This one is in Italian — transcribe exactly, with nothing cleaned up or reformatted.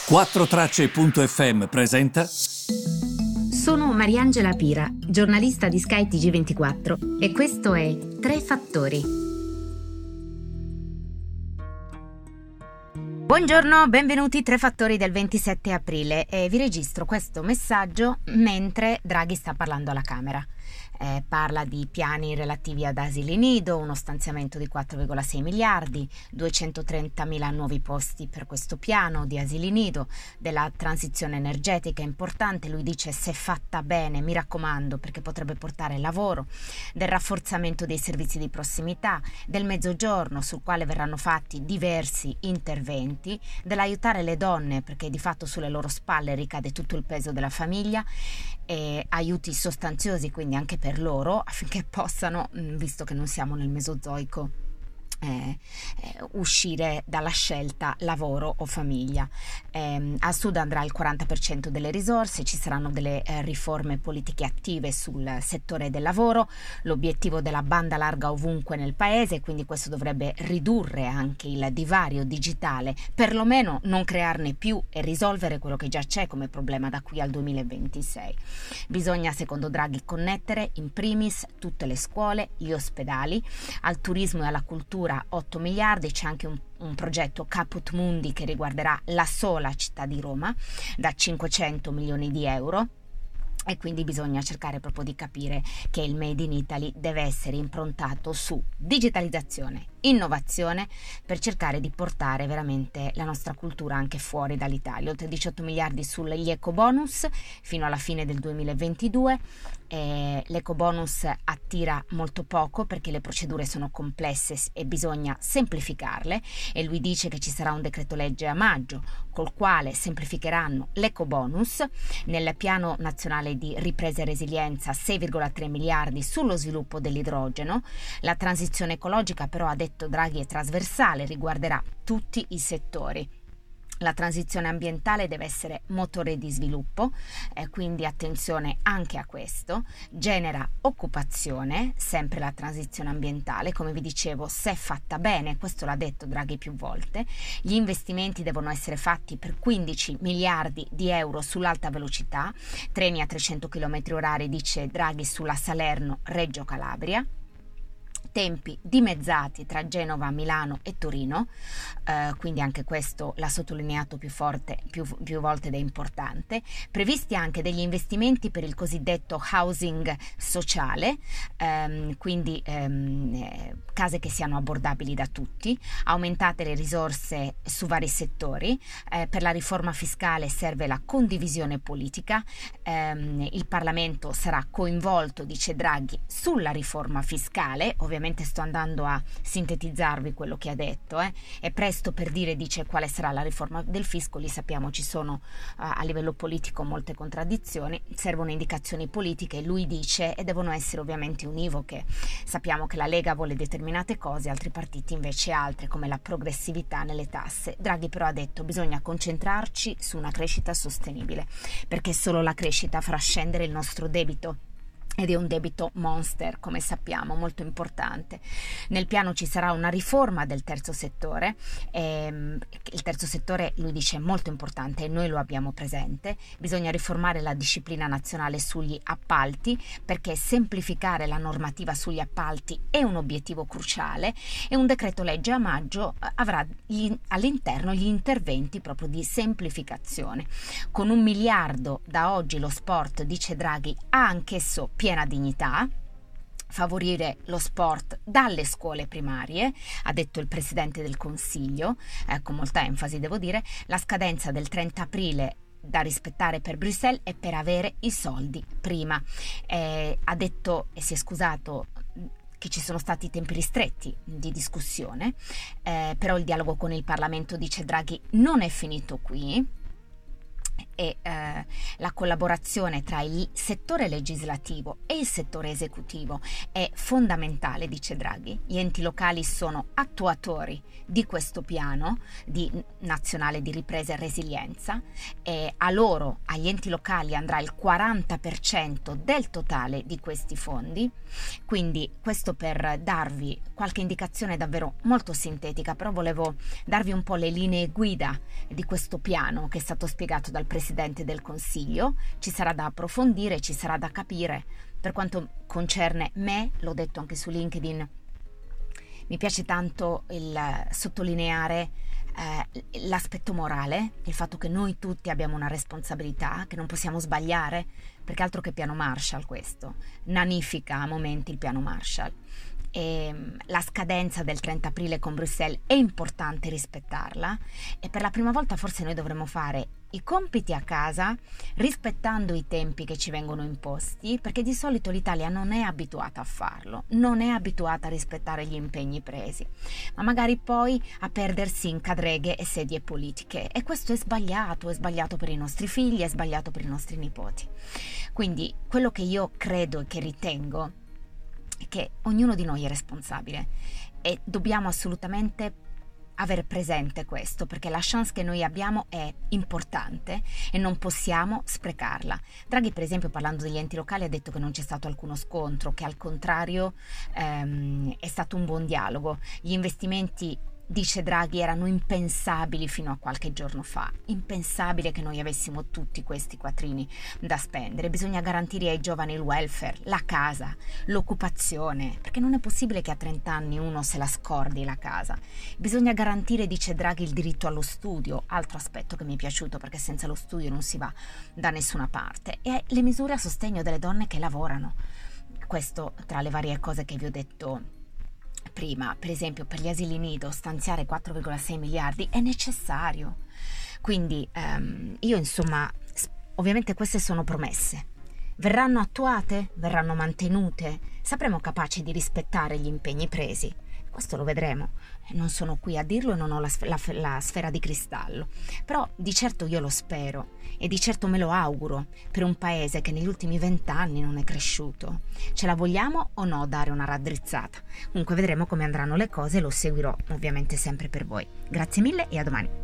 quattro tracce punto effe emme presenta. Sono Mariangela Pira, giornalista di Sky T G ventiquattro e questo è Tre Fattori. Buongiorno, benvenuti Tre Fattori del ventisette aprile e vi registro questo messaggio mentre Draghi sta parlando alla Camera. Eh, parla di piani relativi ad asili nido, uno stanziamento di quattro virgola sei miliardi, duecentotrentamila nuovi posti per questo piano di asili nido, della transizione energetica importante, lui dice se fatta bene, mi raccomando, perché potrebbe portare lavoro, del rafforzamento dei servizi di prossimità, del mezzogiorno sul quale verranno fatti diversi interventi, dell'aiutare le donne perché di fatto sulle loro spalle ricade tutto il peso della famiglia, e aiuti sostanziosi quindi anche per loro affinché possano, visto che non siamo nel Mesozoico, Eh, eh, uscire dalla scelta lavoro o famiglia. Eh, al sud andrà il quaranta per cento delle risorse, ci saranno delle eh, riforme politiche attive sul settore del lavoro, l'obiettivo della banda larga ovunque nel paese, quindi questo dovrebbe ridurre anche il divario digitale, perlomeno non crearne più e risolvere quello che già c'è come problema da qui al duemilaventisei. Bisogna, secondo Draghi, connettere in primis tutte le scuole, gli ospedali, al turismo e alla cultura otto miliardi, c'è anche un, un progetto Caput Mundi che riguarderà la sola città di Roma da cinquecento milioni di euro. E quindi bisogna cercare proprio di capire che il Made in Italy deve essere improntato su digitalizzazione, innovazione, per cercare di portare veramente la nostra cultura anche fuori dall'Italia. Oltre diciotto miliardi sugli ecobonus fino alla fine del duemilaventidue. Eh, l'ecobonus attira molto poco perché le procedure sono complesse e bisogna semplificarle, e lui dice che ci sarà un decreto legge a maggio col quale semplificheranno l'ecobonus. Nel piano nazionale di ripresa e resilienza sei virgola tre miliardi sullo sviluppo dell'idrogeno. La transizione ecologica, però, ha detto Draghi, è trasversale, riguarderà tutti i settori. La transizione ambientale deve essere motore di sviluppo, eh, quindi attenzione anche a questo. Genera occupazione, sempre la transizione ambientale, come vi dicevo, se fatta bene, questo l'ha detto Draghi più volte. Gli investimenti devono essere fatti per quindici miliardi di euro sull'alta velocità, treni a trecento chilometri orari, dice Draghi, sulla Salerno-Reggio Calabria. Tempi dimezzati tra Genova, Milano e Torino, eh, quindi anche questo l'ha sottolineato più, forte, più, più volte ed è importante. Previsti anche degli investimenti per il cosiddetto housing sociale, ehm, quindi ehm, eh, case che siano abbordabili da tutti, aumentate le risorse su vari settori. Eh, per la riforma fiscale serve la condivisione politica, ehm, il Parlamento sarà coinvolto, dice Draghi, sulla riforma fiscale. Ovviamente sto andando a sintetizzarvi quello che ha detto, eh. È presto per dire, dice, quale sarà la riforma del fisco, li sappiamo, ci sono uh, a livello politico molte contraddizioni, servono indicazioni politiche, lui dice, e devono essere ovviamente univoche. Sappiamo che la Lega vuole determinate cose, altri partiti invece altre, come la progressività nelle tasse. Draghi però ha detto bisogna concentrarci su una crescita sostenibile, perché solo la crescita farà scendere il nostro debito. Ed è un debito monster, come sappiamo, molto importante. Nel piano ci sarà una riforma del terzo settore. Ehm, il terzo settore, lui dice, è molto importante e noi lo abbiamo presente. Bisogna riformare la disciplina nazionale sugli appalti, perché semplificare la normativa sugli appalti è un obiettivo cruciale, e un decreto legge a maggio avrà gli, all'interno gli interventi proprio di semplificazione. Con un miliardo da oggi lo sport, dice Draghi, ha anch'esso piena dignità. Favorire lo sport dalle scuole primarie, ha detto il Presidente del Consiglio, eh, con molta enfasi devo dire. La scadenza del trenta aprile da rispettare per Bruxelles è per avere i soldi prima. Eh, ha detto e si è scusato che ci sono stati tempi ristretti di discussione, eh, però il dialogo con il Parlamento, dice Draghi, non è finito qui. e eh, la collaborazione tra il settore legislativo e il settore esecutivo è fondamentale, dice Draghi. Gli enti locali sono attuatori di questo piano di, nazionale di ripresa e resilienza, e a loro, agli enti locali, andrà il quaranta per cento del totale di questi fondi. Quindi questo per darvi qualche indicazione davvero molto sintetica, però volevo darvi un po' le linee guida di questo piano che è stato spiegato dal Presidente del Consiglio. Ci sarà da approfondire, ci sarà da capire. Per quanto concerne me, l'ho detto anche su LinkedIn, mi piace tanto il sottolineare eh, l'aspetto morale, il fatto che noi tutti abbiamo una responsabilità, che non possiamo sbagliare, perché altro che piano Marshall questo, nanifica a momenti il piano Marshall. E la scadenza del trenta aprile con Bruxelles è importante rispettarla, e per la prima volta forse noi dovremmo fare i compiti a casa rispettando i tempi che ci vengono imposti, perché di solito l'Italia non è abituata a farlo, non è abituata a rispettare gli impegni presi, ma magari poi a perdersi in cadreghe e sedie politiche, e questo è sbagliato, è sbagliato per i nostri figli, è sbagliato per i nostri nipoti. Quindi quello che io credo e che ritengo è che ognuno di noi è responsabile e dobbiamo assolutamente avere presente questo, perché la chance che noi abbiamo è importante e non possiamo sprecarla. Draghi, per esempio, parlando degli enti locali, ha detto che non c'è stato alcuno scontro, che al contrario ehm, è stato un buon dialogo. Gli investimenti, dice Draghi, erano impensabili fino a qualche giorno fa, impensabile che noi avessimo tutti questi quattrini da spendere. Bisogna garantire ai giovani il welfare, la casa, l'occupazione, perché non è possibile che a trenta anni uno se la scordi la casa. Bisogna garantire, dice Draghi, il diritto allo studio, altro aspetto che mi è piaciuto, perché senza lo studio non si va da nessuna parte, e le misure a sostegno delle donne che lavorano. Questo tra le varie cose che vi ho detto prima. Per esempio, per gli asili nido stanziare quattro virgola sei miliardi è necessario. Quindi ehm, io insomma, ovviamente queste sono promesse, verranno attuate, verranno mantenute, sapremo capaci di rispettare gli impegni presi. Questo lo vedremo, non sono qui a dirlo e non ho la, la, la sfera di cristallo, però di certo io lo spero e di certo me lo auguro per un paese che negli ultimi vent'anni non è cresciuto. Ce la vogliamo o no dare una raddrizzata? Comunque vedremo come andranno le cose e lo seguirò ovviamente sempre per voi. Grazie mille e a domani.